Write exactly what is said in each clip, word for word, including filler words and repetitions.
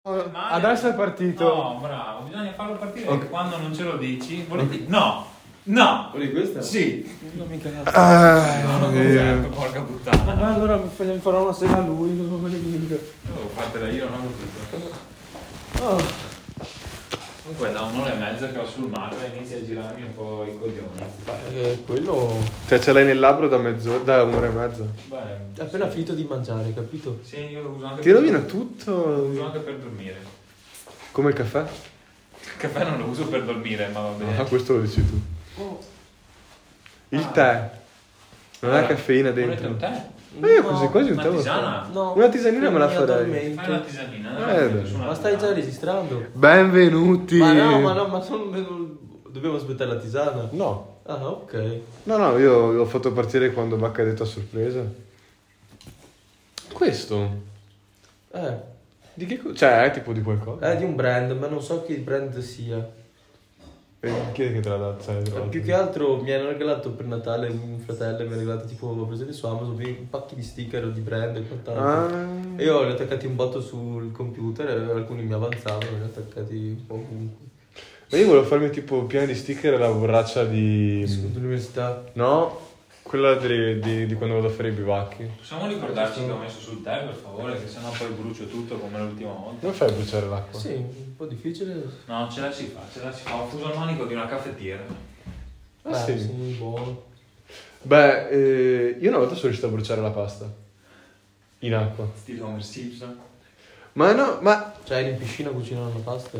Adesso è partito. No, bravo, bisogna farlo partire okay. Quando non ce lo dici. Volete... No, no. Vuoi questa? Sì. Non mi cazzo. Ah, non ho concerto, porca puttana. Ma allora mi farò una sera a lui. Non Devo fartela io, non ho tutto. Oh. Comunque da un'ora e mezza che ho sul mare inizia a girarmi un po' i coglioni. Eh, quello. Cioè ce l'hai nel labbro da mezz'ora, da un'ora e mezza. Beh, È appena finito di mangiare, capito? Sì, io lo uso anche Ti per rovina dormire. tutto. Lo uso anche per dormire. Come il caffè? Il caffè non lo uso per dormire, ma va bene. Ah, questo lo dici tu. Oh. Il Ah. tè. Non Allora, ha caffeina volete dentro. un tè? Ma io No, quasi quasi un una tè lo tisana? farei. No. Una tisanina me la Mi farei. addormento. Fai una tisanina. no? Eh, Su dai. una Ma stai già tisana. registrando? Benvenuti. Ma no, ma no, ma non... dobbiamo aspettare la tisana? No. Ah, ok. No, no, io l'ho fatto partire quando Bacca ha detto a sorpresa. Questo? Eh, Di che cosa? Cioè, è tipo di qualcosa? è di un brand, ma non so che brand sia. E chi è che te l'ha dato? Cioè, tra Più che altro mi hanno regalato per Natale un fratello, mi ha regalato tipo, ho presente su Amazon, un pacco di sticker di brand e quant'altro. Ah. E io li ho attaccati un botto sul computer e alcuni mi avanzavano, li ho attaccati un po' ovunque. Ma io volevo farmi tipo pieno di sticker la borraccia di... All'università. No, quella di, di, di quando vado a fare i bivacchi. Possiamo ricordarci che ho messo sul tè, per favore, che sennò poi brucio tutto come l'ultima volta. Come fai a bruciare l'acqua? Sì, un po' difficile. No, ce la si fa, ce la si fa. Ho fuso il manico di una caffettiera. Ah, Beh, sì. sì, buono. Beh, eh, io una volta sono riuscito a bruciare la pasta. In acqua. Stile Homer Simpson. Ma no, ma... Cioè, eri in piscina a cucinare una pasta?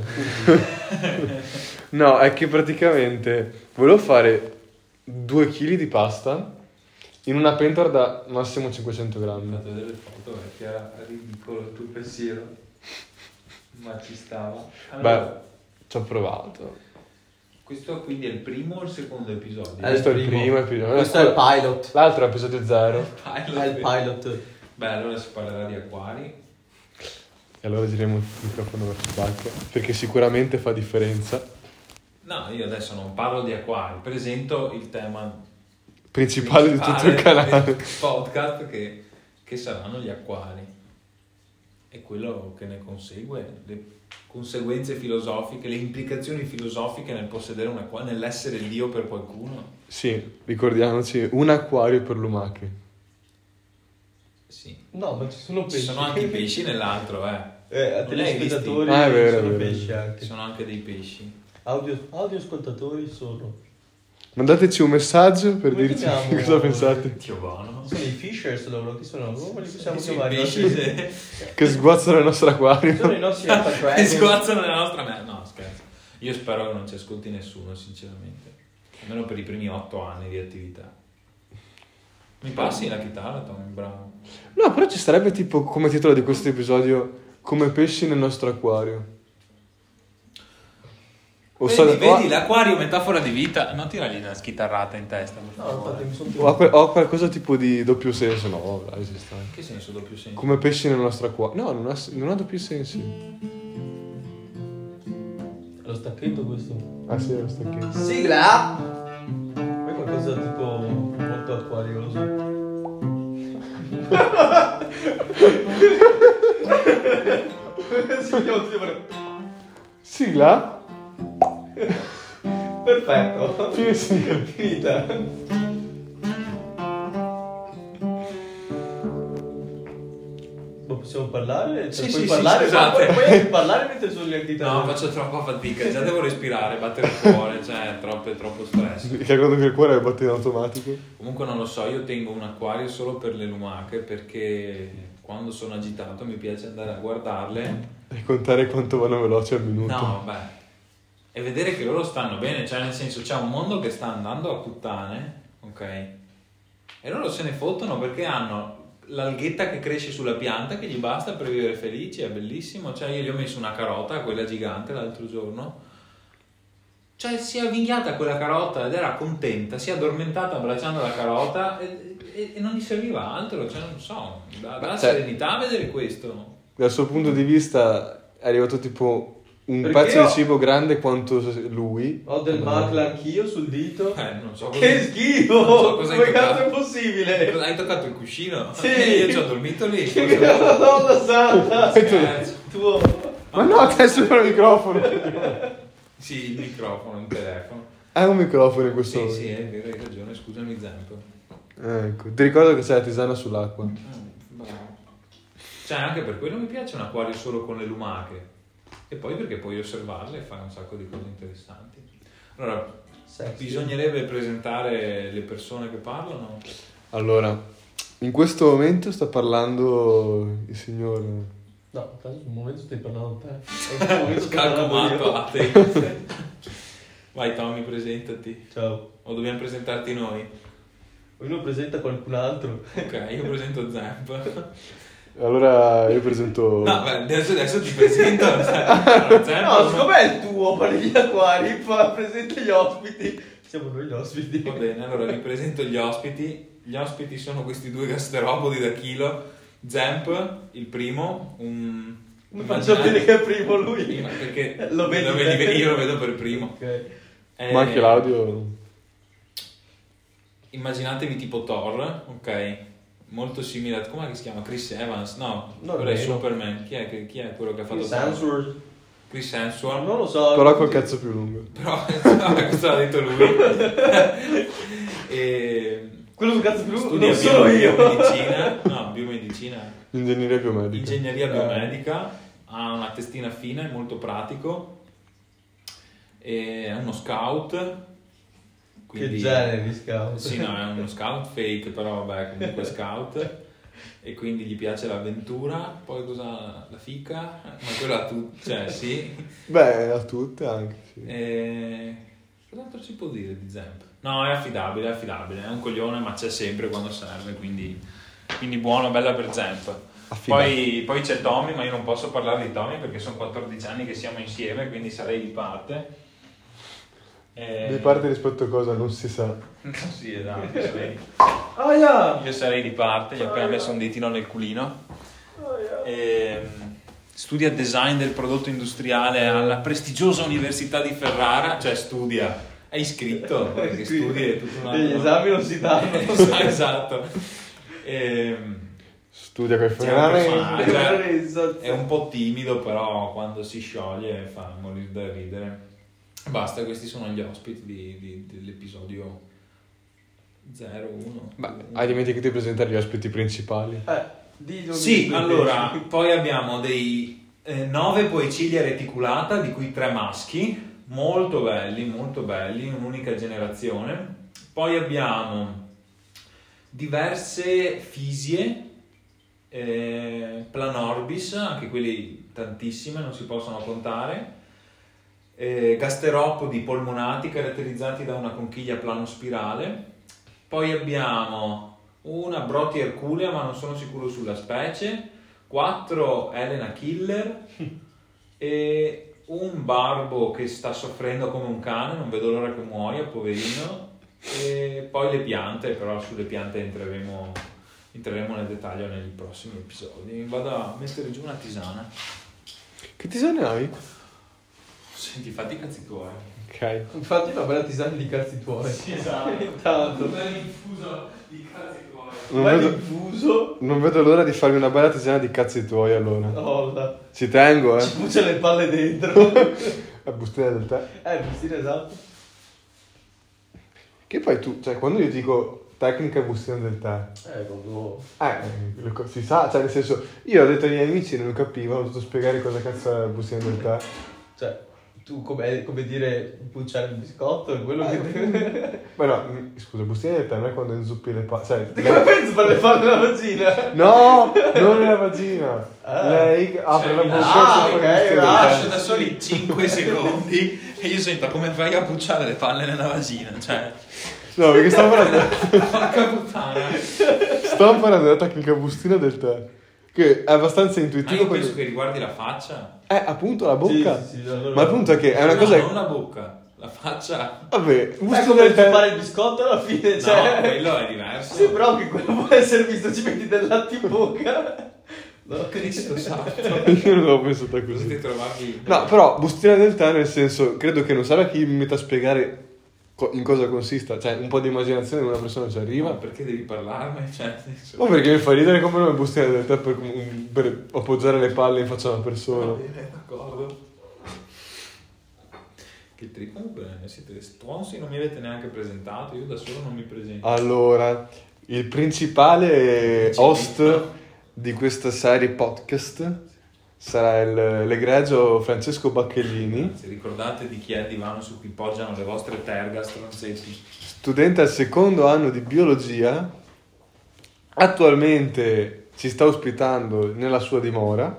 No, è che praticamente volevo fare due chili di pasta in una pentola da massimo cinquecento Ho grammi. fatto delle foto perché era ridicolo il tuo pensiero. Ma ci stava. Allora, Beh, ci ho provato. questo quindi è il primo o il secondo episodio? È Questo è il il primo. primo episodio. Questo è il pilot. L'altro è episodio zero. Pilot. È il pilot. Beh, allora si parlerà di acquari. E allora giriamo il microfono verso Bacca, perché sicuramente fa differenza. No, io adesso non parlo di acquari, presento il tema Principale, di tutto il principale canale. del podcast che, che saranno gli acquari e quello che ne consegue, le conseguenze filosofiche, le implicazioni filosofiche nel possedere un acquario, nell'essere Dio per qualcuno. Sì, ricordiamoci, un acquario per lumache. Sì. No, ma ci sono pesci. Ci sono anche i pesci nell'altro, eh. Eh, a Non li hai telespettatori visti? Ah, è vero, ci è sono vero. pesci anche. Ci sono anche dei pesci. Audio, audioscoltatori sono. Mandateci un messaggio per Come dirci chiamiamo? cosa pensate. Dio buono. Sono i fishers loro, chi sono? Come li possiamo Sì, chiamare? pesci se... Che sguazzano il nostro acquario. Sono i nostri e alpha sguazzano nella nostra merda. No, scherzo. Io spero che non ci ascolti nessuno, sinceramente. Almeno per i primi otto anni di attività. Mi passi la chitarra, Tommy? Bravo. No, però ci sarebbe tipo come titolo di questo episodio come pesci nel nostro acquario. O, Vedi, sa- vedi o- l'acquario metafora di vita. Non tiragli una schitarrata in testa, per No, favore. infatti mi sono o ha que- o ha qualcosa tipo di doppio senso. No, dai, ci sta. Che senso doppio senso? Come pesci nel nostro acquario. No, non ha, non ha doppi sensi. Lo stacchetto questo. Ah sì, lo stacchetto. Sigla! È qualcosa tipo molto acquario, lo so. Sigla? Perfetto. Fine sigla. Finita. Ma possiamo parlare? Cioè, Sì, puoi sì, parlare? sì, scusate. Ma puoi anche parlare mentre suoni la chitarra? No, faccio troppa fatica, già devo respirare, battere il cuore, cioè è troppo, è troppo stress. Mi ricordo che il cuore batte in automatico. Comunque non lo so, io tengo un acquario solo per le lumache perché quando sono agitato mi piace andare a guardarle. E contare quanto vanno veloci al minuto. No, beh. E vedere che loro stanno bene, cioè nel senso c'è un mondo che sta andando a puttane, ok? E loro se ne fottono perché hanno l'alghetta che cresce sulla pianta che gli basta per vivere felici, è bellissimo. Cioè io gli ho messo una carota, quella gigante l'altro giorno. Cioè si è avvinghiata quella carota ed era contenta, si è addormentata abbracciando la carota e, e, e non gli serviva altro, cioè non so, dà, dà Cioè- serenità a vedere questo. Dal suo punto di vista è arrivato tipo un Perché pezzo io- di cibo grande quanto lui. Ho del Bacla anch'io sul dito. Eh, non so cosa... Che schifo! Non so cosa hai Come cazzo toccato. è possibile? Hai toccato il cuscino? Sì. Eh, io ci ho dormito lì. Che Madonna santa! Scherzo. Tuo... Ma no, te sopra il microfono. Sì, il microfono, il telefono. È un microfono in questo Sì, momento. sì, è vero, hai ragione, scusami Zamp. Ecco, ti ricordo che c'è la tisana sull'acqua. Mm, bravo. Cioè, anche per quello mi piace un acquario solo con le lumache. E poi perché puoi osservarle e fare un sacco di cose interessanti. Allora, Sexy. bisognerebbe presentare le persone che parlano. Allora, in questo momento sta parlando il signor... No, tanto sul momento stai parlando te. E in questo momento sto parlando Scalcomato io. a te. Vai Tommy, presentati. Ciao. O dobbiamo presentarti noi? Ognuno presenta qualcun altro. Ok, io presento Zamp. Allora, io presento... No, beh, adesso, adesso ti presento. Allora, Zamp, No, siccome è il tuo, parli gli acquari, fa presenta gli ospiti. Siamo noi gli ospiti. Va bene, allora vi presento gli ospiti. Gli ospiti sono questi due gasteropodi da chilo. Zamp, il primo, un... Mi faccio vedere che è primo lui. Ma perché Lo vedi lo vedi- te. io lo vedo per primo. Ok. Eh, Ma anche l'audio... Immaginatevi tipo Thor, ok? Molto simile a... Come si chiama? Chris Evans? No, No, quello è nemmeno. Superman. Chi è, che- chi è quello che ha fatto Thor? Sensor. Chris Hemsworth. Non lo so. Però col cazzo più lungo. Però, no, questo l'ha detto lui. e... Quello sul cazzo più lungo Studia non sono bio- io. biomedicina, no, biomedicina, Ingegneria biomedica. ingegneria biomedica, ha una testina fine, molto pratico, e è uno scout. Quindi, Che genere di scout. Sì, no, è uno scout fake, però vabbè, comunque scout. E quindi gli piace l'avventura, poi cosa? La fica, ma quello a tutti, cioè sì. Beh, a tutte anche, sì. E... Cos'altro si può dire di Zamp? No, è affidabile, è affidabile, è un coglione ma c'è sempre quando serve, quindi, quindi buono, bella per Zamp. Poi, poi c'è Tommy, ma io non posso parlare di Tommy perché sono quattordici anni che siamo insieme, quindi sarei di parte. E... Di parte rispetto a cosa non si sa. Sì, esatto, io sarei, Oh yeah. io sarei di parte, gli ho appena messo un ditino nel culino. E... Studia design del prodotto industriale alla prestigiosa Università di Ferrara, cioè studia, è iscritto, perché studi è tutto un altro... Gli esami non si danno. Esatto. E... Studia quel C'è un fenomeno. personaggio, è un po' timido, però quando si scioglie fa morire da ridere. Basta, questi sono gli ospiti di, di- dell'episodio zero uno. Beh, hai dimenticato di presentare gli ospiti principali. Eh, di dove Sì, mi allora, poi abbiamo dei eh, nove poecilia reticulata, di cui tre maschi, molto belli, molto belli, un'unica generazione. Poi abbiamo diverse fisie, eh, planorbis, anche quelli tantissime, non si possono contare. Eh, gasteropodi polmonati caratterizzati da una conchiglia plano-spirale. Poi abbiamo una Broti erculea, ma non sono sicuro sulla specie, quattro Elena killer e un barbo che sta soffrendo come un cane, non vedo l'ora che muoia, poverino. E poi le piante, però sulle piante entreremo, entreremo nel dettaglio nei prossimi episodi. Vado a mettere giù una tisana. Che tisane hai? Senti, fatti i cazzi tuoi. Ok. Infatti una bella tisana di cazzi tuoi. Sì, esatto. Intanto. Un bel infuso di cazzi tuoi. Non Bello vedo, infuso. non vedo l'ora di farmi una bella tisana di cazzi tuoi allora. Olla. Ci tengo, eh. Ci puccia le palle dentro. La bustina del tè. Eh, bustina esatto. Che poi tu, cioè quando io dico tecnica bustina del tè, Eh, quando... eh, lo co- si sa, cioè nel senso, io ho detto ai miei amici non capivano, ho dovuto spiegare cosa cazzo è la bustina del tè. Cioè, tu come, come dire pucciare il biscotto è quello che... Ma no, mi- scusa, bustina del tè non è quando inzuppi le palle, cioè... Come pensi per le palle nella vagina? No, non nella vagina. Ah. Lei apre la Cioè, bocca ah, e si fa ok, la bustina del ah, tè. Lascio da soli cinque secondi e io sento come fai a pucciare le palle nella vagina, cioè, No, perché stavo parlando, porca puttana. stavo parlando della tecnica bustina del tè, che è abbastanza Ma intuitivo. io penso perché- che riguardi la faccia. Eh, appunto, la bocca. Sì, sì, sì, allora- Ma il punto è che è una no, cosa... non la bocca, la faccia. Vabbè, È bustina come del tè... fare il biscotto alla fine, No, cioè... quello è diverso. Sì, però che quello può essere visto, ci metti del latte in bocca. No, Cristo santo. Io non l'avevo pensata Potete così. trovarvi... No, però bustina del tè nel senso, credo che non sarà chi mi metta a spiegare co- in cosa consista, cioè un po' di immaginazione di una persona ci arriva. Ma perché devi parlarne? Cioè, nel senso... Ma perché mi fa ridere come una bustina del tè per, per appoggiare le palle in faccia a una persona. Va bene, d'accordo. Che trip, comunque siete stronzi, non mi avete neanche presentato, io da solo non mi presento. Allora, il principale host di questa serie podcast sarà il, l'egregio Francesco Bacchelini, Anzi, ricordate di chi è il divano su cui poggiano le vostre terga, stronzetti. studente al secondo anno di biologia, attualmente ci sta ospitando nella sua dimora,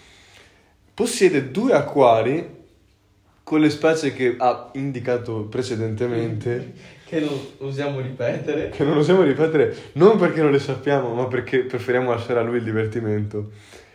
possiede due acquari con le specie che ha indicato precedentemente, Che non usiamo ripetere. che non osiamo ripetere, non perché non le sappiamo, ma perché preferiamo lasciare a lui il divertimento.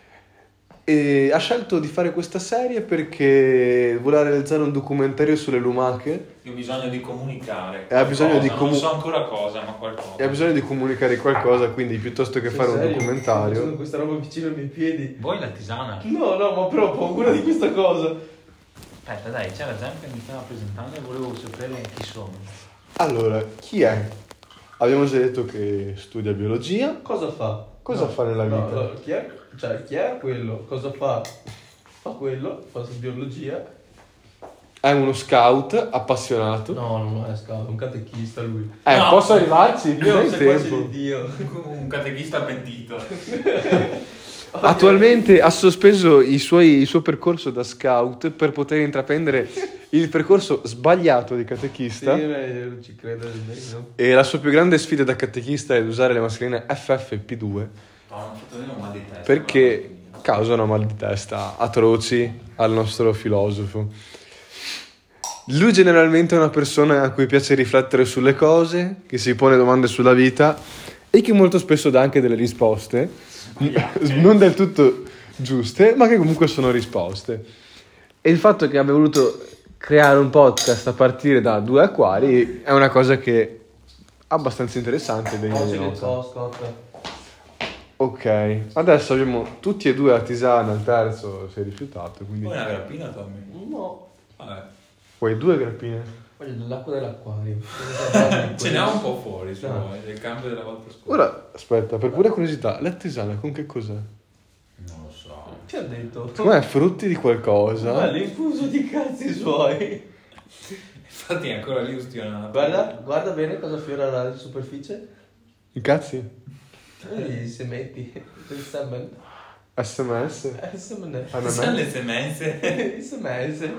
E ha scelto di fare questa serie perché vuole realizzare un documentario sulle lumache Io ho bisogno di comunicare. E ha bisogno di qualcosa, comu- Non so ancora cosa, ma qualcosa. e ha bisogno di comunicare qualcosa, quindi piuttosto che Sei fare un serio? documentario... Sono questa roba vicino ai miei piedi. Vuoi la tisana? No, no, ma però ho paura di questa cosa. Aspetta, dai, c'è la gente che mi stava presentando e volevo sapere chi sono. Allora, chi è? Abbiamo già detto che studia biologia. Cosa fa? Cosa No, fa nella no, vita? no, chi è? Cioè, chi è quello? Cosa fa? Fa quello, fa biologia. È uno scout appassionato. No, non è scout, è un catechista lui. Eh, No. posso arrivarci? Io Dai sei quasi tempo. di Dio. Un catechista pentito. Attualmente ha sospeso i suoi- il suo percorso da scout per poter intraprendere il percorso sbagliato di Sì, catechista. io non ci credo nemmeno. E la sua più grande sfida da catechista è usare le mascherine F F P due No, non ho fatto vedere un mal di testa. perché causano mal di testa atroci al nostro filosofo. Lui generalmente è una persona a cui piace riflettere sulle cose, che si pone domande sulla vita e che molto spesso dà anche delle risposte non del tutto giuste, ma che comunque sono risposte. E il fatto che abbia voluto creare un podcast a partire da due acquari è una cosa che è abbastanza interessante e degna di Oggi le nota. so, Scott. Ok, adesso abbiamo tutti e due la tisana, il terzo si è rifiutato, quindi Vuoi una grappina, Tommy? No, Vabbè. vuoi due grappine? voglio dell'acqua dell'acquario. Ce n'è un po' fuori, se No. vuoi, del cambio della volta scorsa. Ora, aspetta, per pura curiosità, la tisana con che cos'è? Non lo so. Ti ha detto? Secondo me frutti di Ma qualcosa. l'infuso di cazzi suoi. Infatti è ancora lì ustionato. Guarda, guarda bene cosa fiora la superficie. I cazzi? Vedi i semetti. Il semen. S M S? Eh, il semen. Sono M M S? le semenze. Il semen.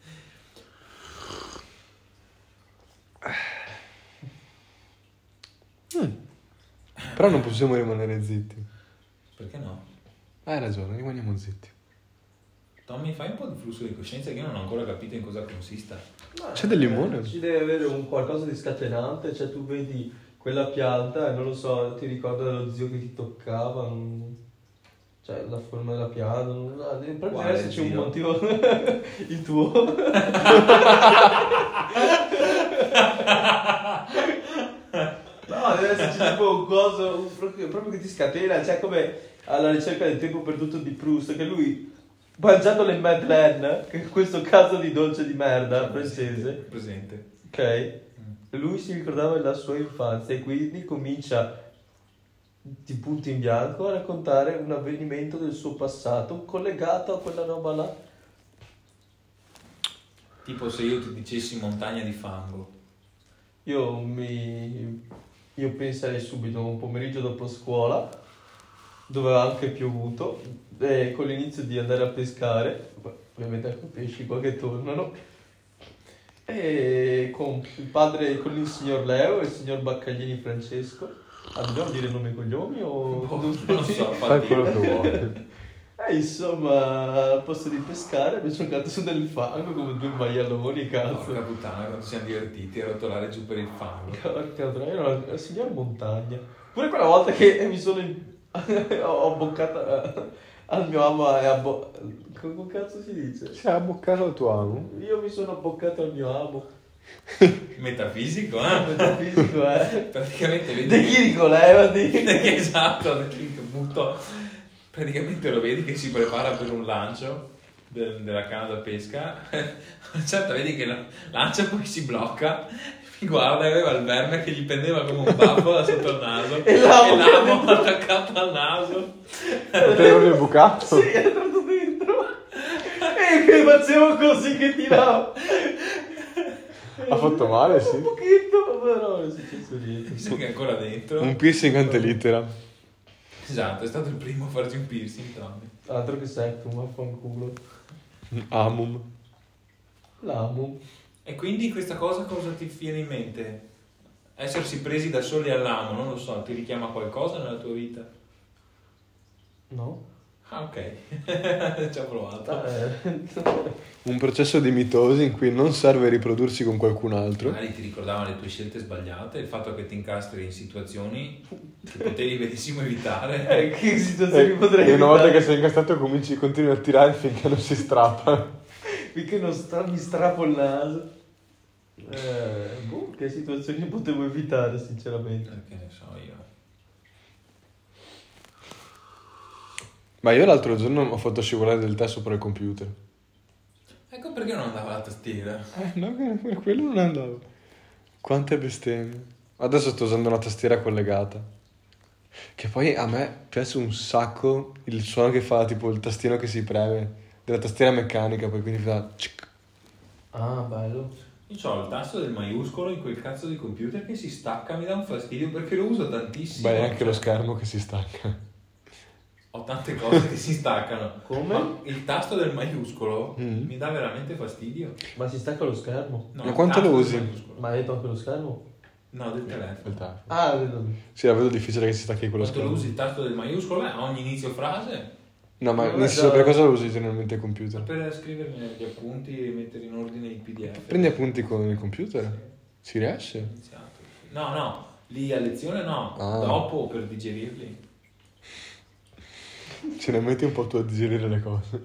Mm. Però non possiamo rimanere zitti. Perché no? Hai ragione, rimaniamo zitti. Tommy, fai un po' di flusso di coscienza che io non ho ancora capito in cosa consista. C'è del limone? Ci deve avere un qualcosa di scatenante, cioè tu vedi quella pianta e non lo so, ti ricorda dello zio che ti toccava, non- cioè la forma della pianta, non... no, per Quale esserci un zio? motivo, il tuo. No, deve esserci tipo un coso, un- proprio, proprio che ti scatena, cioè come alla ricerca del tempo perduto di Proust, che lui mangiando le Madeleine, che è questo caso di dolce di merda francese, Presente. ok? Lui si ricordava della sua infanzia e quindi comincia di punto in bianco a raccontare un avvenimento del suo passato collegato a quella roba là. Tipo se io ti dicessi montagna di fango. Io mi io penserei subito a un pomeriggio dopo scuola dove aveva anche piovuto e con l'inizio di andare a pescare, ovviamente anche pesci qua che tornano, e con il padre, con il signor Leo e il signor Baccaglini Francesco. Ah, dobbiamo dire nome e cognomi o... Non lo so, Fai quello che vuoi. Eh, insomma, al posto di pescare mi sono caduto su del fango come due maialoni, cazzo. Porca puttana, quando siamo divertiti a rotolare giù per il fango. Porca troia, ero il signor Montagna. Pure quella volta che mi sono... in- ho boccata al mio amo e a bo... come cazzo si dice? Si è abboccato al tuo amo? Io mi sono abboccato al mio amo. Metafisico, eh? Metafisico, eh? Praticamente vedi... De Chirico, levati. Esatto, da chi che butto. Praticamente lo vedi che si prepara per un lancio, del- della canna da pesca. Certo, vedi che la lancia poi si blocca, mi guarda e aveva il verme che gli pendeva come un baffo da sotto il naso E l'amo- l'amo attaccato al naso. Te l'avevi bucato? Sì, è entrato dentro. E che facevo così che tiravo. Ha fatto male, sì. Un pochetto, però non è successo niente. Mi sa che è ancora dentro. Un piercing antelittera. Esatto, è stato il primo a farci un piercing, Tommy. Altro che sectum, vaffanculo. Amum. L'amo. E quindi questa cosa cosa ti viene in mente? Essersi presi da soli all'amo, non lo so, ti richiama qualcosa nella tua vita? No? Ah, ok. Ci ho provato. Eh. Un processo di mitosi in cui non serve riprodursi con qualcun altro. Magari ti ricordavano le tue scelte sbagliate, il fatto che ti incastri in situazioni che potevi benissimo evitare. Eh, che situazioni E potrei e una volta che evitare? sei incastrato cominci, continui a tirare finché non si strappa. Finché non stra- mi strappo il naso. Eh, boh, che situazioni potevo evitare, sinceramente. Eh, Che ne so io. Ma io l'altro giorno ho fatto scivolare del tè sopra il computer. Ecco perché non andava la tastiera. Eh, no, que- quello non andava. Quante bestemmie. Adesso sto usando una tastiera collegata. Che poi a me piace un sacco il suono che fa, tipo il tastino che si preme, della tastiera meccanica, poi quindi fa... cic. Ah, bello. Io ho il tasto del maiuscolo in quel cazzo di computer che si stacca, mi dà un fastidio perché lo uso tantissimo. Beh, anche Cioè, lo schermo che si stacca. Ho tante cose che si staccano. Come? Ma il tasto del maiuscolo Mm. mi dà veramente fastidio. Ma si stacca lo schermo? No, Ma il quanto tasto lo del usi? maiuscolo. Ma hai detto anche lo schermo? No, del telefono. Il telefono. Ah, vedo. Sì, la vedo difficile che si stacchi quello Quando lo schermo. usi il tasto del maiuscolo, beh, a ogni inizio frase, No, ma Ma nel senso, guarda- per cosa lo usi generalmente il computer? per scrivermi gli appunti e mettere in ordine i P D F. Prendi appunti con il computer? Si Ho riesce? iniziato. No, no, lì a lezione no, Ah. dopo per digerirli. Ce ne metti un po' tu a digerire le cose.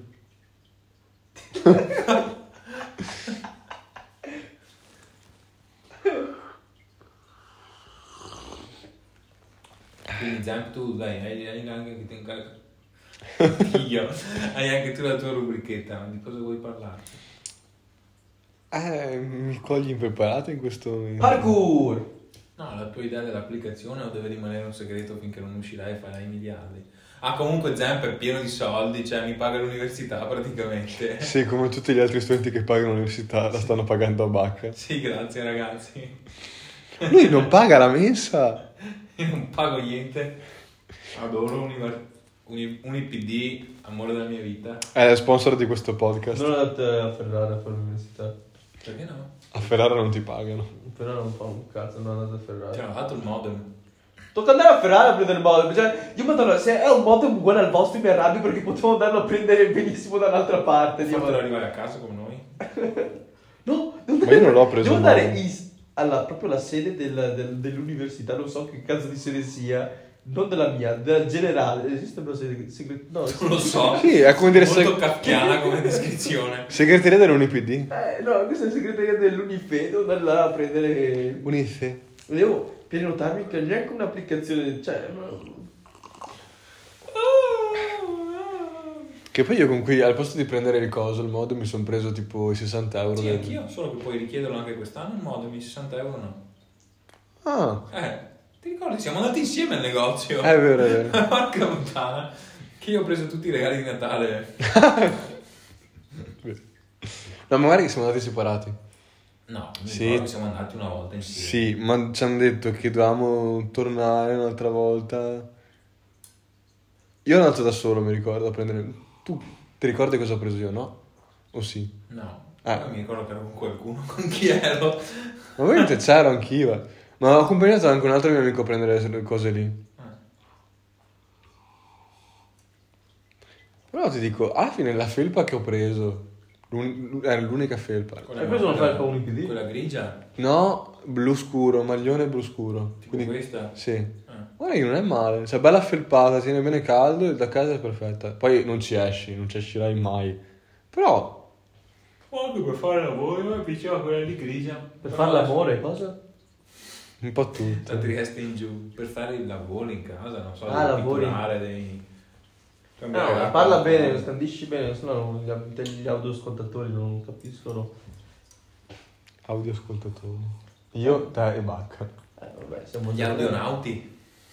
Quindi Zamp tu dai, hai, hai anche che ti incarica. Io, hai anche tu la tua rubrichetta, di cosa vuoi parlare? Eh, mi cogli impreparato in questo momento. Parkour! No, la tua idea dell'applicazione o deve rimanere un segreto finché non uscirai e farai miliardi? Ah, comunque Zamp è pieno di soldi, cioè mi paga l'università praticamente. Sì, come tutti gli altri studenti che pagano l'università, la stanno pagando a bacca. Sì, grazie ragazzi. Lui non paga la mensa. Io non pago niente. Adoro Univer- Uni- UniPD, amore della mia vita. È sponsor di questo podcast. Non andate a Ferrara a fare l'università. Perché no? A Ferrara non ti pagano. Però non fa un cazzo, non andate a Ferrara. Ci hanno fatto il modem. Tocca andare a Ferrara a prendere il modem. Cioè, io madonna, se è un modem uguale al vostro mi arrabbio perché potevo andarlo a prendere benissimo da un'altra parte. Dio, Fatelo ma- arrivare a casa come noi. No, devo Ma io non l'ho preso Devo il andare modem. in- alla, proprio la sede del- del- dell'università, non so che cazzo di sede sia. Non della mia, della generale. Esiste una sede segre- No, Non lo so. Sì, è come dire Molto seg- kafkiana come descrizione. segreteria dell'UniPD. Eh, no, questa è la segreteria dell'Unife, devo andare là a prendere... Unife. Devo prenotarmi che neanche un'applicazione, cioè... no. Che poi io con cui al posto di prendere il coso, il modem, mi sono preso tipo i sessanta euro. Sì, del- anch'io, solo che puoi richiederlo anche quest'anno il modem, i sessanta euro no. Ah, Eh, ti ricordi? Siamo andati insieme al negozio. è vero, è vero. Porca puttana. Che io ho preso tutti i regali di Natale. No, magari siamo andati separati. No, mi Sì. ricordo che siamo andati una volta insieme. Sì, ma ci hanno detto che dovevamo tornare un'altra volta. Io ero andato da solo, mi ricordo, a prendere... Tu ti ricordi cosa ho preso io, no? O sì? No, Ah. Poi mi ricordo che ero con qualcuno, con chi ero. Ma ovviamente c'ero anch'io. Ma ho accompagnato anche un altro mio amico a prendere le cose lì. Eh. Però ti dico, alla fine la felpa che ho preso, l'un- era l'unica felpa. Quella- Hai preso una quella- felpa UniPD? Quella grigia, No, blu scuro, maglione blu scuro. tipo Quindi, questa. sì. Eh. Guarda che non è male, cioè bella felpata, tiene bene caldo e da casa è perfetta. Poi non ci esci, non ci uscirai mai. Però, Quando per fare lavoro mi piaceva quella di grigia. Per fare l'amore, cosa? un po' Da tutto. Trieste in giù, per fare il lavoro in casa, non so, Ah, devo lavori. pitturare dei... Cambierei No, la parla carta. bene, scandisci bene, sennò non- gli, gli audioascoltatori non capiscono. Audioascoltatori. Io, te e Bacca. Eh, vabbè, siamo Gli già- audionauti.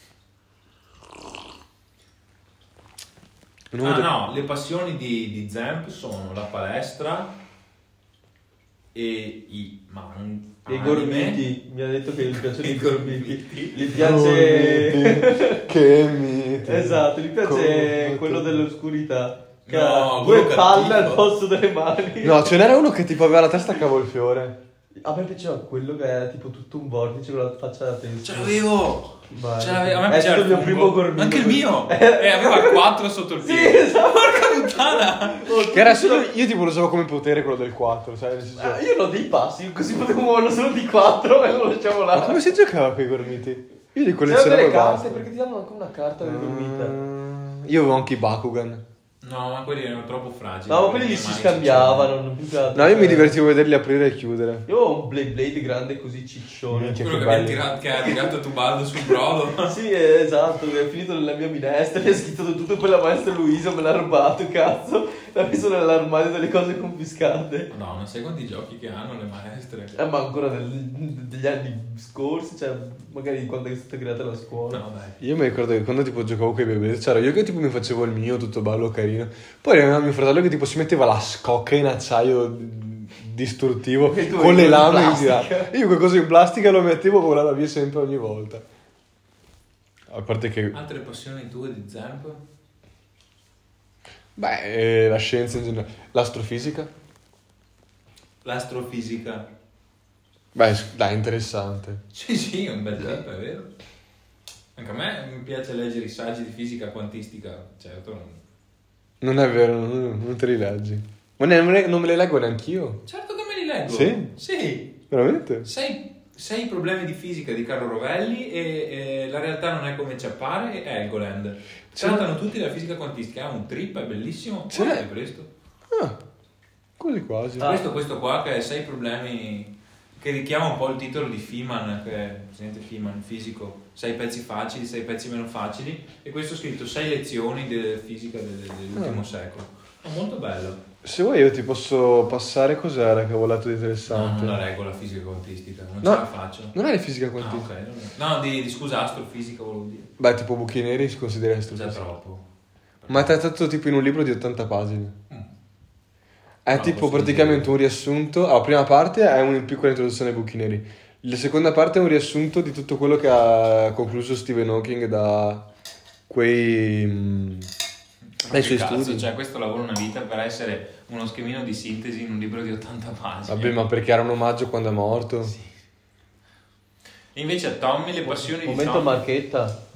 Uno Ah de- no, le passioni di, di Zamp sono la palestra e i man E i anime. gormiti, mi ha detto che gli piacciono i I gormiti. gormiti. Gli piace... Gormiti. Che miti. Esatto, gli piace Gormiti. quello dell'oscurità. Che No, ha due quello palle cattivo. al posto delle mani. No, ce n'era uno che tipo aveva la testa a cavolfiore. A me piaceva quello che era tipo tutto un vortice con la faccia da testa. Ce l'avevo! Vai. Ce l'avevo, a me È piaceva stato il mio fungo. primo gormito. Anche il mio! E aveva quattro sotto il Sì, piede. esatto. Porca puttana! Oh, Che era tutto- solo. Io tipo lo usavo come potere quello del quattro, sai? Nel senso- Ah, io ho dei passi, così potevo muoverlo solo di quattro e lo lasciamo là. Ma come si giocava con i gormiti? Io li C'erano collezionavo delle e carte basta. perché ti davano anche una carta del gormita. Mm, Io avevo anche i Bakugan. No, ma quelli erano troppo fragili. No, ma quelli lì si scambiavano, non più che altro. No, io mi Cioè, divertivo a vederli aprire e chiudere. Io ho un Blade Blade grande così ciccione. Minchia. Quello Che che, aveva belli. tirato, che ha tirato Tubaldo sul brodo. Sì, eh, esatto, è finito nella mia minestra, mi ha scritto tutto quella maestra Luisa, me l'ha rubato, cazzo. L'ha messo nell'armadio delle cose confiscate. No, non sai quanti giochi che hanno le maestre. Eh, ma ancora del- degli anni scorsi, cioè magari quando è stata creata la scuola. No, dai. Io mi ricordo che quando tipo giocavo con i bebè, c'era io che tipo mi facevo il mio tutto bello carino. Poi arrivava mio fratello che tipo si metteva la scocca in acciaio distruttivo E tu con eri le in lame in plastica. girare. Io qualcosa in plastica lo mettevo e volava via sempre ogni volta. A parte che, Altre passioni tue di Zamp? beh, eh, la scienza in generale, l'astrofisica, L'astrofisica. beh, s- dai, interessante. Sì, sì, è un bel tempo, è vero. Anche a me mi piace leggere i saggi di fisica quantistica, certo. non- Non è vero, non, non te li leggi. Ma ne- non me non me le leggo neanch'io. Certo che me li leggo. Sì? Sì. Veramente? Sei, sei problemi di fisica di Carlo Rovelli e, e la realtà non è come ci appare e Helgoland. Ce Trattano tutti la fisica quantistica, è un trip, è bellissimo. Ce l'è? Guardate questo. Ah, quasi quasi. Ah. Questo, questo qua che è sei problemi che richiama un po' il titolo di Feynman, che è presidente Feynman, fisico, sei pezzi facili, sei pezzi meno facili, e questo è scritto sei lezioni di fisica del- dell'ultimo Ah. secolo. È molto bello. Se vuoi io ti posso passare cos'era che avevo letto di No, interessante. non la reggo la fisica quantistica, non No. ce la faccio. Non è di fisica Ah, quantistica. ok, non è- no, di, di scusa, astrofisica volevo dire. Beh, tipo buchi neri si considera Già astrofisica. troppo. Ma è trattato tipo in un libro di ottanta pagine. Mm. È No, tipo posso praticamente dire. un riassunto. La prima parte è una piccola introduzione ai buchi neri. La seconda parte è un riassunto di tutto quello che ha concluso Stephen Hawking da quei... mm, Ma dai che suoi cazzo, studi. cioè questo lavora una vita per essere uno schemino di sintesi in un libro di ottanta pagine. Vabbè, ma perché era un omaggio quando è morto? Sì. E invece a Tommy le passioni di Momento Tommy... marchetta.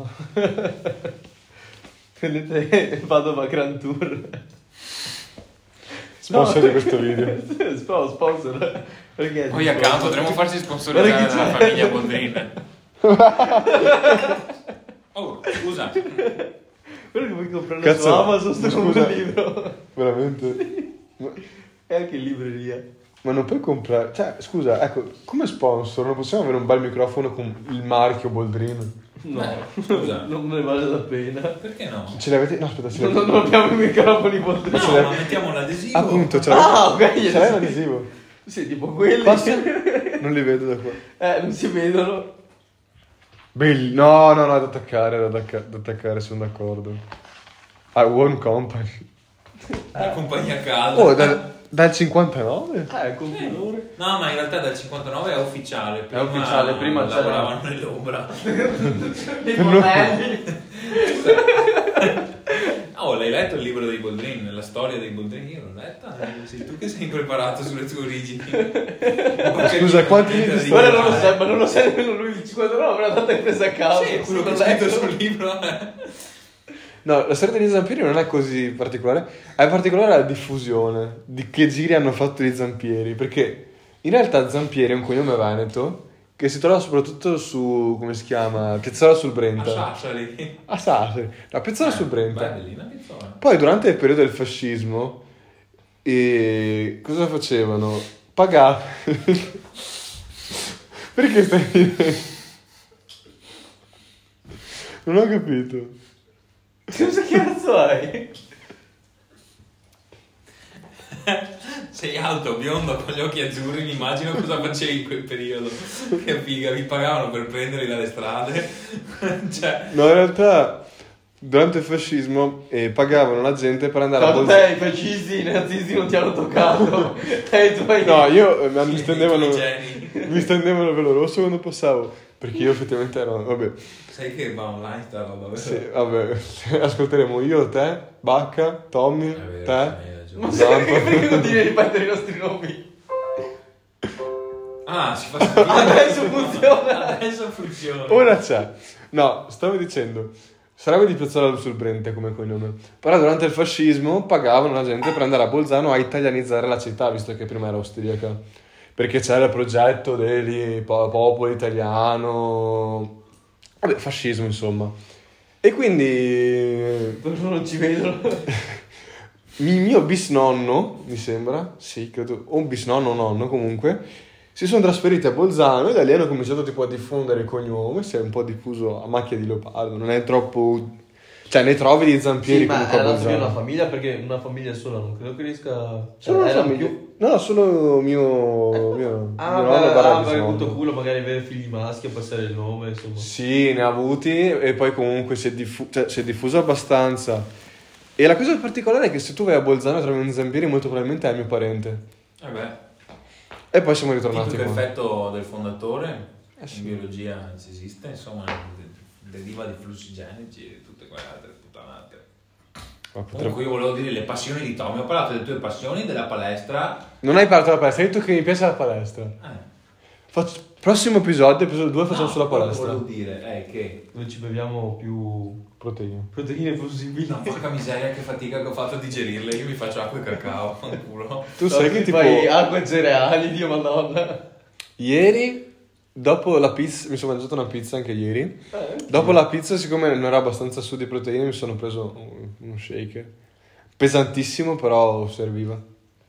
Prendete Padova Grand Tour. Sponsor No. di questo video. Sponsor, sponsor. Perché? Poi a caso potremmo farci sponsorizzare Guarda chi dalla c'è. famiglia Boldrin. Oh, scusa. Quello che vuoi comprare Cazzo, su Amazon sto come scusa. un libro. Veramente? Ma, E anche in libreria. ma non puoi comprare... Cioè, scusa, ecco, come sponsor non possiamo avere un bel microfono con il marchio Boldrin? No, Beh, scusa. non ne vale la pena. Perché no? Ce l'avete? No, aspetta, ce Non, l'avete. non abbiamo i microfoni Boldrin. No, ce l'hai- ma mettiamo l'adesivo. Appunto, ce l'avete. Ah, ok. Ce l'hai l'adesivo? Sì, tipo quelli. Passa- Non li vedo da qua. Eh, non si vedono. Belli. No, no, no, da attaccare, da, attacca- da attaccare, sono d'accordo. Ah, One Company. La compagnia a casa. Oh, dal, dal cinquantanove? Eh, con colore. No, ma in realtà dal cinquantanove è ufficiale. Prima ufficiale, prima c'era- lavoravano nell'ombra. Dei monelli. Oh, l'hai letto il libro dei Boldrin, la storia dei Boldrin? Io l'ho letta. eh, Sei tu che sei impreparato sulle tue origini. Scusa, quanti libri di Guarda, non lo Boldrin? sai, ma non lo sai nemmeno lui. Il cinquantanove me l'ha data presa a caso. Sì, è quello che Non ho scritto leggo. sul libro. eh. No, la storia degli Zampieri non è così particolare. È particolare la diffusione di che giri hanno fatto gli Zampieri. Perché in realtà Zampieri è un cognome veneto che si trova soprattutto su, come si chiama? Piazzola sul A Brenta. Sassari. A Sassari. La Piazzola sul Brenta. Bellina pizzola. Poi durante il periodo del fascismo, e cosa facevano? Pagavano. Perché stai ridendo? Non ho capito. Cosa cazzo hai? Sei alto, biondo, con gli occhi azzurri, mi immagino cosa facevi in quel periodo. Che figa, vi pagavano per prenderli dalle strade. Cioè, No, in realtà durante il fascismo eh, pagavano la gente per andare a Tanto bolzare. te i fascisti, i nazisti non ti hanno toccato. Te i tuoi... No, io eh, mi i stendevano, geni. mi stendevano il velo rosso quando passavo, perché io effettivamente ero, vabbè, Sai che va online sta roba, vero? sì, vabbè, ascolteremo io, te, Bacca, Tommy, È vero, te, hai ragione. Ma sai che perché continui a ripetere i nostri nomi? Ah, si fa sentire. Adesso funziona. Adesso funziona. ora c'è. No, stavo dicendo, sarebbe di Piazzola sul Brente come cognome, però durante il fascismo pagavano la gente per andare a Bolzano a italianizzare la città, visto che prima era austriaca, perché c'era il progetto del po- popolo italiano, vabbè, fascismo insomma. E quindi Loro non ci vedono. il mio bisnonno, mi sembra, sì, credo, o un bisnonno o nonno comunque, si sono trasferiti a Bolzano e da lì hanno cominciato tipo a diffondere il cognome, si è un po' diffuso a macchia di leopardo, non è troppo... Cioè ne trovi di zampieri Sì, ma comunque a era nato più una Bolzano. famiglia perché una famiglia sola non credo che riesca... Cioè, Solo una erano famiglia. più... No, no, solo mio... mio Ah, mio beh, nonno barra ah, perché ha avuto bisnonno. culo magari avere figli maschi a passare il nome, insomma. Sì, ne ha avuti e poi comunque si è, diffu- cioè, si è diffuso abbastanza. E la cosa particolare è che se tu vai a Bolzano e trovi un zampieri molto probabilmente è mio parente. Eh beh, E poi siamo ritornati tipico qua. effetto del fondatore, Eh sì. in biologia si esiste, insomma, de- deriva di flussi genici e tutte quelle altre puttanate. Ma potremmo- Comunque io volevo dire le passioni di Tommy, ho parlato delle tue passioni, della palestra. Non hai parlato della palestra, hai detto che mi piace la palestra. Eh, Faccio- Prossimo episodio, episodio due, facciamo no, sulla quello che palestra. volevo dire è che Dove ci beviamo più Proteine. proteine possibili. no, porca miseria che fatica che ho fatto a digerirle, io mi faccio acqua e cacao, fanculo. Tu sai che tipo... Fai acqua e cereali, Dio madonna. Ieri, dopo la pizza, mi sono mangiato una pizza anche ieri. Eh, Dopo la pizza, siccome non ero abbastanza su di proteine, mi sono preso un- uno shaker. Pesantissimo, però serviva.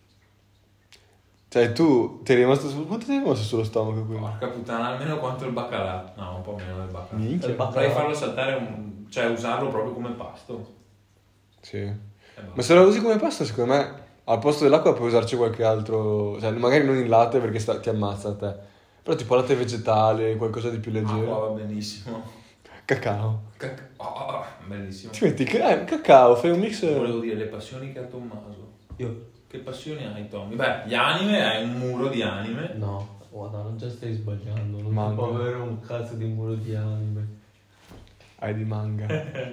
Cioè, tu ti è rimasto su... Quanto ti è rimasto sullo stomaco qui? Porca puttana, almeno quanto il baccalà. No, un po' meno del baccalà. Minchia. Il baccalà. Potrei farlo saltare, un... cioè usarlo proprio come pasto. Sì. E Ma basta. se lo usi come pasta, secondo me, al posto dell'acqua puoi usarci qualche altro... Cioè, magari non il latte perché sta- ti ammazza a te. Però tipo latte vegetale, qualcosa di più Acqua leggero. va benissimo. Cacao. Cac- oh, bellissimo. Ci metti ca- eh, cacao, fai un mix... Volevo dire le passioni che ha Tommaso. Io? Che passioni hai, Tommy? Beh, gli anime, hai un muro di anime. No, guarda, non già stai sbagliando. Non Manga. si può avere un cazzo di muro di anime. Hai di manga.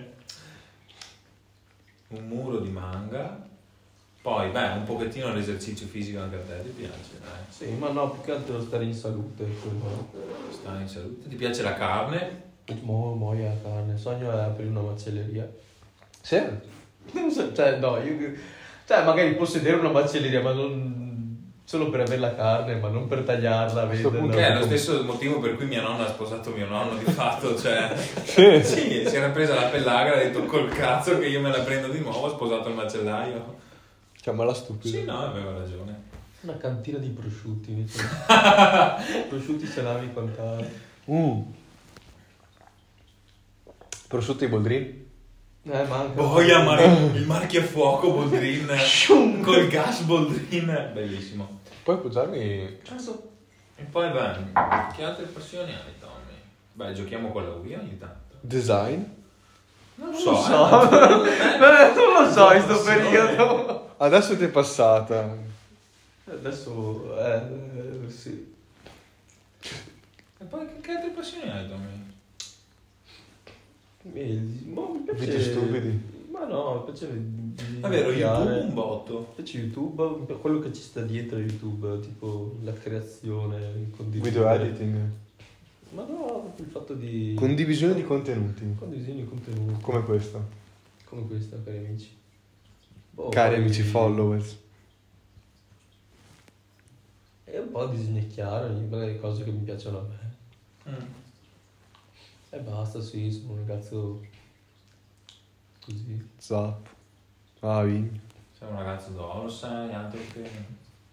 Un muro di manga. Poi, beh, un pochettino l'esercizio fisico anche a te ti piace, dai. Sì, ma no, più che altro stare in salute. quello. Stai in salute. Ti piace la carne? Mo, muoia la carne. Sogno è aprire una macelleria. Sì? Non so, cioè, no, io... Cioè, magari possedere una macelleria, ma non... Solo per avere la carne, ma non per tagliarla, questo venderla. punto Che è lo stesso motivo per cui mia nonna ha sposato mio nonno, di fatto, cioè... Sì. Sì, si era presa la pellagra, ha detto col cazzo che io me la prendo di nuovo, ha sposato il macellaio. Cioè, ma la stupida. Sì, no, aveva ragione. Una cantina di prosciutti, invece. Prosciutti, salami e quant'altro. Mm. Prosciutto di Boldrin? Eh, manca. Boia, ma il marchio a fuoco Boldrin, col gas Boldrin, bellissimo. Puoi appoggiarmi? Cazzo. E poi, beh, che altre passioni hai, Tommy? Beh, giochiamo con la Wii ogni tanto. Design? Non lo Non so, lo so. eh. Eh, non lo so in sto Passione. periodo. Adesso ti è passata. Adesso, eh, sì. E poi che, che altre passioni hai, Tommy? Mi, boh, mi piace... Video stupidi. Ma no, mi piace... È vero, disegnare. YouTube un botto. Mi piace YouTube, per quello che ci sta dietro YouTube, tipo la creazione, il condividere. Video editing. Ma no, il fatto di... Condivisione di contenuti. Condivisione di contenuti. Come questo. Come questa, cari amici. Boh, Cari poi- amici followers. E un po' disegnare, magari cose che mi piacciono a me. Mm. E basta, sì, sono un ragazzo così. Zap. Ah, vigna. Sei un ragazzo d'oro, sai, altro che...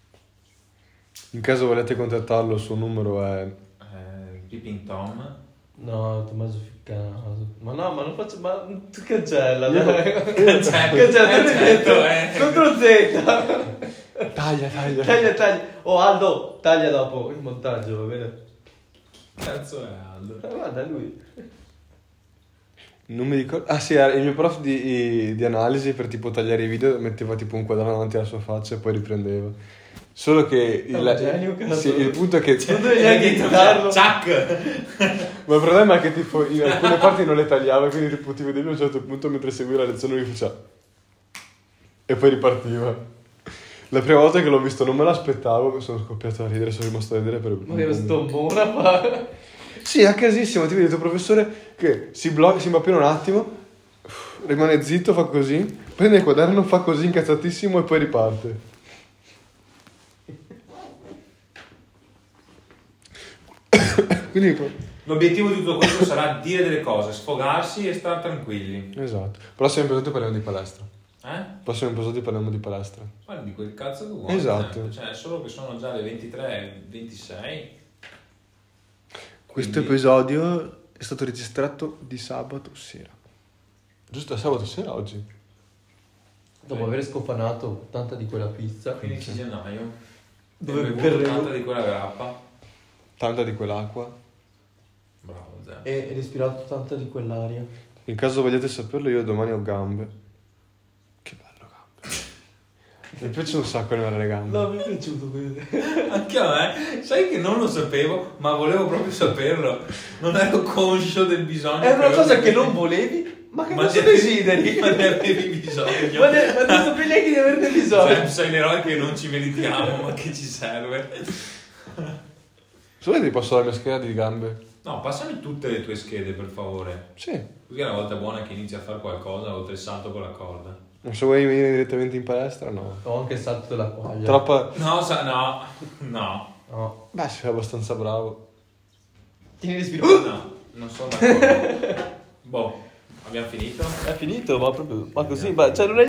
In caso volete contattarlo, il suo numero è... Eh, Peeping Tom. No, Tommaso Ficcaso. Ma no, ma non faccio. Ma tu cancella, Io- dai. Cancella, Cancella, non hai certo, detto. eh. Contro Z. Taglia, taglia. Taglia, taglia. Oh, Aldo, taglia dopo il montaggio, va bene? Cazzo è Aldo? Eh, guarda, è lui. Non mi ricordo. Ah, sì, era il mio prof di, di analisi per tipo tagliare i video metteva tipo un quadrato davanti alla sua faccia e poi riprendeva. Solo che È un il, genio, cazzo. sì, il punto è che. Non devi neanche editarlo. Chuck! Ma il problema è che tipo in alcune parti non le tagliava, quindi tipo ti vedevi a un certo punto mentre seguiva la lezione lui faceva. E poi ripartiva. La prima volta che l'ho visto non me l'aspettavo, sono scoppiato a ridere, sono rimasto a ridere per Ma che sto mona fa. Sì, è a casissimo, ti vedi il tuo professore che si blocca, si impappina un attimo, rimane zitto, fa così, prende il quaderno, fa così incazzatissimo e poi riparte. Quindi, L'obiettivo di tutto questo sarà dire delle cose, sfogarsi e stare tranquilli. esatto. Prossimo episodio parliamo di palestra. Eh? Prossimo episodio parliamo di palestra. Parli di quel cazzo che vuoi. Esatto. eh. Cioè, solo che sono già le ventitré e ventisei. Questo Quindi- episodio è stato registrato di sabato sera. Giusto, è sabato sera oggi? Dopo aver scofanato tanta di quella pizza. quindici gennaio. Dove Dove per- bevuto tanta di quella grappa. Tanta di quell'acqua. Bravo, Zé. E respirato tanta di quell'aria. In caso vogliate saperlo, io domani ho gambe. Che bello gambe. Mi piace un sacco allenare le gambe. No, mi è piaciuto quello. Anche a me, sai che non lo sapevo, ma volevo proprio saperlo. Non ero conscio del bisogno. È una che cosa avevo che di- non volevi, ma che Ma cosa ne- desideri? Ma ne avevi bisogno. Ma, ne, ma non sapevi neanche di averne bisogno. Cioè, sei l'eroe che non ci meritiamo, ma che ci serve. Solo ti posso dare la mia scheda di gambe? No, passami tutte le tue schede, per favore. Sì. Così è una volta buona che inizi a fare qualcosa oltre il salto con la corda. Non so, vuoi venire direttamente in palestra? No. Ho anche il salto della quaglia. Troppa. No, sa- no, no, No. Beh, sei abbastanza bravo. Tieni respiro. no, non sono d'accordo. Boh, abbiamo finito? È finito, ma proprio. Ma così, ma cioè non è